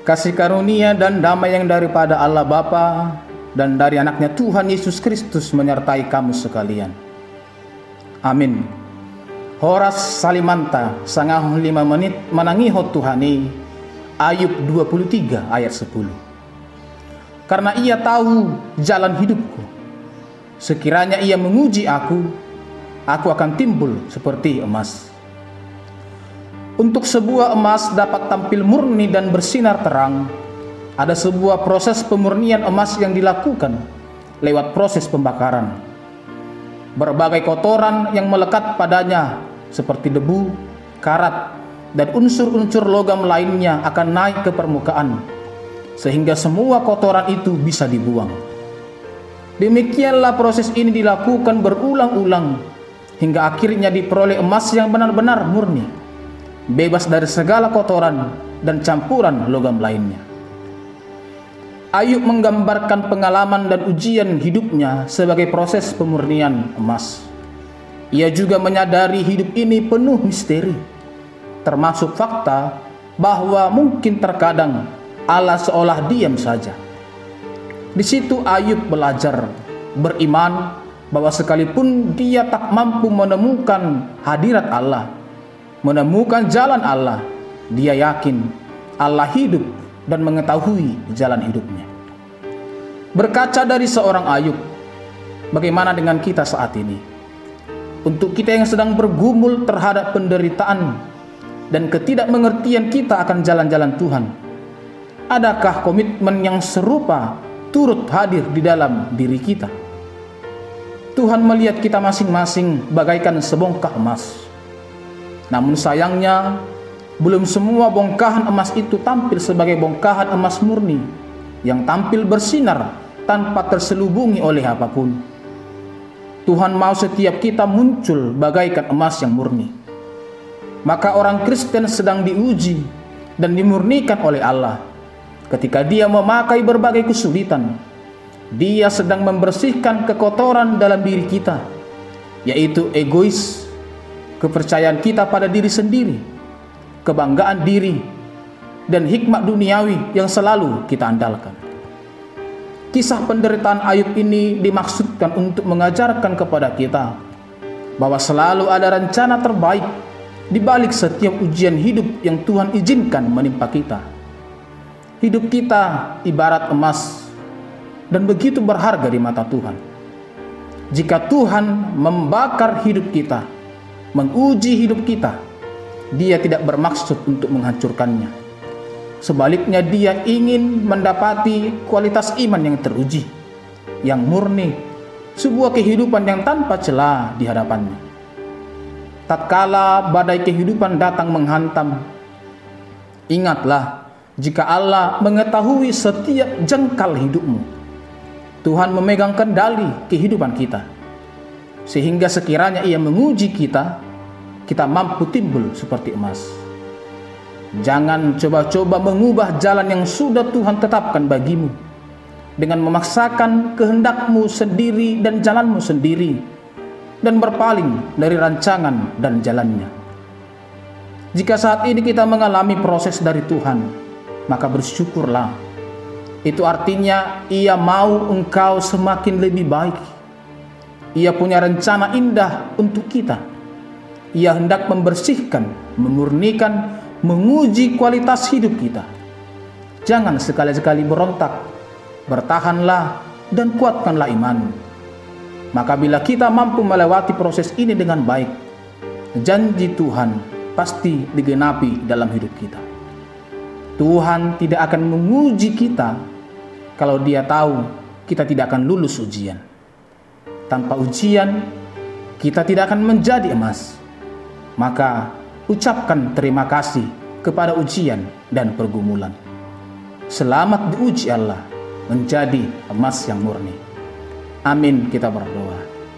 Kasih karunia dan damai yang daripada Allah Bapa dan dari anaknya Tuhan Yesus Kristus menyertai kamu sekalian. Amin. Horas salimanta sangah 5 menit menangiho Tuhani. Ayub 23 ayat 10. Karena ia tahu jalan hidupku, sekiranya ia menguji aku akan timbul seperti emas. Untuk sebuah emas dapat tampil murni dan bersinar terang, ada sebuah proses pemurnian emas yang dilakukan lewat proses pembakaran. Berbagai kotoran yang melekat padanya seperti debu, karat, dan unsur-unsur logam lainnya akan naik ke permukaan, sehingga semua kotoran itu bisa dibuang. Demikianlah proses ini dilakukan berulang-ulang, hingga akhirnya diperoleh emas yang benar-benar murni, bebas dari segala kotoran dan campuran logam lainnya. Ayub menggambarkan pengalaman dan ujian hidupnya sebagai proses pemurnian emas. Ia juga menyadari hidup ini penuh misteri, termasuk fakta bahwa mungkin terkadang Allah seolah diam saja. Di situ Ayub belajar beriman bahwa sekalipun dia tak mampu menemukan hadirat Allah, menemukan jalan Allah, dia yakin Allah hidup dan mengetahui jalan hidupnya. Berkaca dari seorang Ayub, bagaimana dengan kita saat ini? Untuk kita yang sedang bergumul terhadap penderitaan dan ketidakmengertian kita akan jalan-jalan Tuhan, adakah komitmen yang serupa turut hadir di dalam diri kita? Tuhan melihat kita masing-masing bagaikan sebongkah emas. Namun sayangnya, belum semua bongkahan emas itu tampil sebagai bongkahan emas murni yang tampil bersinar tanpa terselubungi oleh apapun. Tuhan mau setiap kita muncul bagaikan emas yang murni. Maka orang Kristen sedang diuji dan dimurnikan oleh Allah. Ketika dia memakai berbagai kesulitan, dia sedang membersihkan kekotoran dalam diri kita, yaitu egois, kepercayaan kita pada diri sendiri, kebanggaan diri, dan hikmat duniawi yang selalu kita andalkan. Kisah penderitaan Ayub ini dimaksudkan untuk mengajarkan kepada kita bahwa selalu ada rencana terbaik di balik setiap ujian hidup yang Tuhan izinkan menimpa kita. Hidup kita ibarat emas dan begitu berharga di mata Tuhan. Jika Tuhan membakar hidup kita, menguji hidup kita, Dia tidak bermaksud untuk menghancurkannya. Sebaliknya, Dia ingin mendapati kualitas iman yang teruji, yang murni, sebuah kehidupan yang tanpa celah di hadapannya. Tatkala badai kehidupan datang menghantam, ingatlah, jika Allah mengetahui setiap jengkal hidupmu, Tuhan memegang kendali kehidupan kita, sehingga sekiranya Ia menguji kita, kita mampu timbul seperti emas. Jangan coba-coba mengubah jalan yang sudah Tuhan tetapkan bagimu dengan memaksakan kehendakmu sendiri dan jalanmu sendiri, dan berpaling dari rancangan dan jalannya. Jika saat ini kita mengalami proses dari Tuhan, maka bersyukurlah. Itu artinya Ia mau engkau semakin lebih baik. Ia punya rencana indah untuk kita. Ia hendak membersihkan, memurnikan, menguji kualitas hidup kita. Jangan sekali-sekali berontak. Bertahanlah dan kuatkanlah iman. Maka bila kita mampu melewati proses ini dengan baik, janji Tuhan pasti digenapi dalam hidup kita. Tuhan tidak akan menguji kita kalau Dia tahu kita tidak akan lulus ujian. Tanpa ujian, kita tidak akan menjadi emas. Maka ucapkan terima kasih kepada ujian dan pergumulan. Selamat diuji Allah menjadi emas yang murni. Amin, kita berdoa.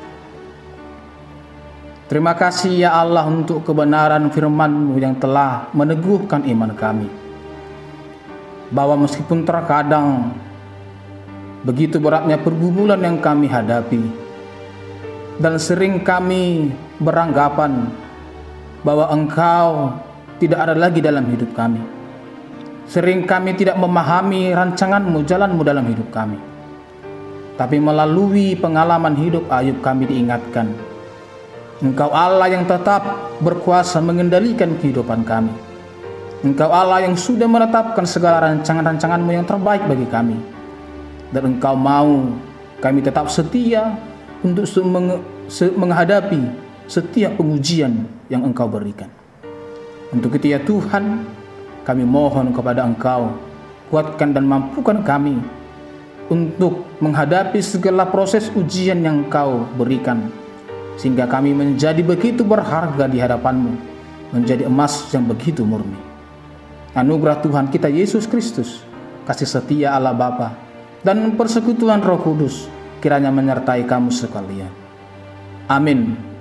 Terima kasih ya Allah untuk kebenaran firman-Mu yang telah meneguhkan iman kami. Bahwa meskipun terkadang begitu beratnya pergumulan yang kami hadapi, dan sering kami beranggapan bahwa Engkau tidak ada lagi dalam hidup kami, Sering kami tidak memahami rancangan-Mu, jalan-Mu dalam hidup kami. Tapi melalui pengalaman hidup Ayub kami diingatkan, Engkau Allah yang tetap berkuasa mengendalikan kehidupan kami. Engkau Allah yang sudah menetapkan segala rancangan-rancangan-Mu yang terbaik bagi kami. Dan Engkau mau kami tetap setia untuk menghadapi setiap pengujian yang Engkau berikan. Untuk itu ya Tuhan, kami mohon kepada Engkau, kuatkan dan mampukan kami untuk menghadapi segala proses ujian yang Engkau berikan, sehingga kami menjadi begitu berharga di hadapan-Mu, menjadi emas yang begitu murni. Anugerah Tuhan kita Yesus Kristus, kasih setia Allah Bapa, dan persekutuan Roh Kudus kiranya menyertai kamu sekalian. Amin.